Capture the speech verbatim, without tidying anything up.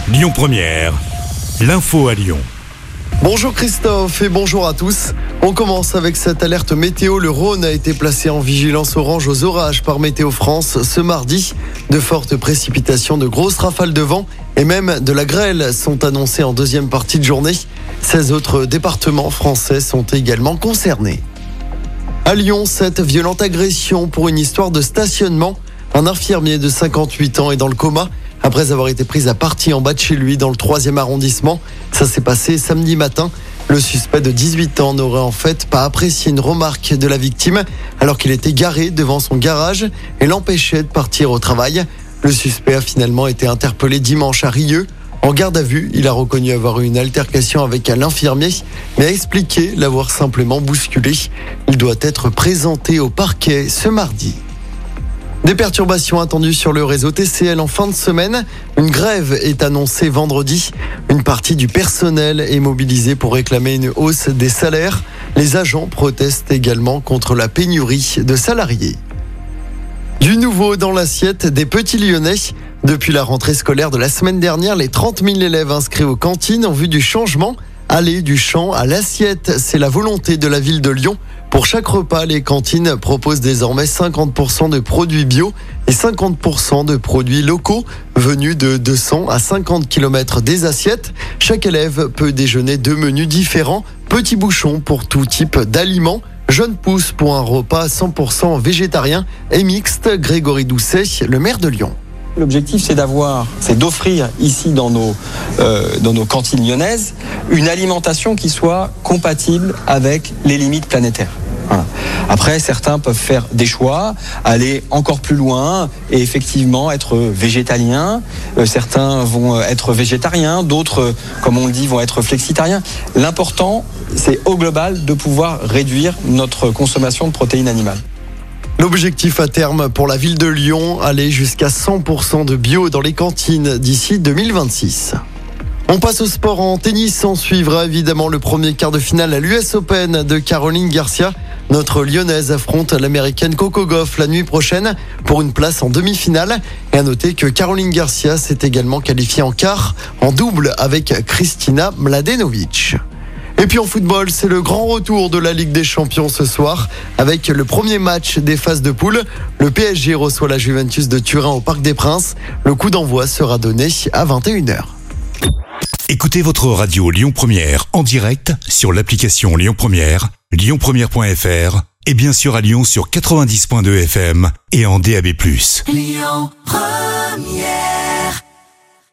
Lyon Première, l'info à Lyon. Bonjour Christophe et bonjour à tous. On commence avec cette alerte météo. Le Rhône a été placé en vigilance orange aux orages par Météo France ce mardi. De fortes précipitations, de grosses rafales de vent et même de la grêle sont annoncées en deuxième partie de journée. seize autres départements français sont également concernés. À Lyon, cette violente agression pour une histoire de stationnement. Un infirmier de cinquante-huit ans est dans le coma après avoir été pris à partie en bas de chez lui dans le troisième arrondissement. Ça s'est passé samedi matin. Le suspect de dix-huit ans n'aurait en fait pas apprécié une remarque de la victime alors qu'il était garé devant son garage et l'empêchait de partir au travail. Le suspect a finalement été interpellé dimanche à Rieux. En garde à vue, il a reconnu avoir eu une altercation avec l'infirmier, mais a expliqué l'avoir simplement bousculé. Il doit être présenté au parquet ce mardi. Des perturbations attendues sur le réseau T C L en fin de semaine. Une grève est annoncée vendredi. Une partie du personnel est mobilisée pour réclamer une hausse des salaires. Les agents protestent également contre la pénurie de salariés. Du nouveau dans l'assiette des petits Lyonnais. Depuis la rentrée scolaire de la semaine dernière, les trente mille élèves inscrits aux cantines ont vu du changement. Aller du champ à l'assiette, c'est la volonté de la ville de Lyon. Pour chaque repas, les cantines proposent désormais cinquante pour cent de produits bio et cinquante pour cent de produits locaux venus de deux cents à cinquante kilomètres des assiettes. Chaque élève peut déjeuner deux menus différents, petits bouchons pour tout type d'aliments, jeune pousse pour un repas cent pour cent végétarien et mixte. Grégory Doucet, le maire de Lyon. L'objectif, c'est d'avoir, c'est d'offrir ici dans nos, euh, dans nos cantines lyonnaises une alimentation qui soit compatible avec les limites planétaires. Voilà. Après, certains peuvent faire des choix, aller encore plus loin et effectivement être végétaliens. Euh, certains vont être végétariens, d'autres, comme on le dit, vont être flexitariens. L'important, c'est au global de pouvoir réduire notre consommation de protéines animales. L'objectif à terme pour la ville de Lyon, aller jusqu'à cent pour cent de bio dans les cantines d'ici deux mille vingt-six. On passe au sport en tennis. On suivra évidemment le premier quart de finale à l'U S Open de Caroline Garcia. Notre lyonnaise affronte l'américaine Coco Gauff la nuit prochaine pour une place en demi-finale. Et à noter que Caroline Garcia s'est également qualifiée en quart en double avec Kristina Mladenovic. Et puis en football, c'est le grand retour de la Ligue des Champions ce soir avec le premier match des phases de poule. Le P S G reçoit la Juventus de Turin au Parc des Princes. Le coup d'envoi sera donné à vingt et une heures. Écoutez votre radio Lyon Première en direct sur l'application Lyon Première, lyon première point f r et bien sûr à Lyon sur quatre-vingt-dix virgule deux F M et en D A B plus. Lyon Première.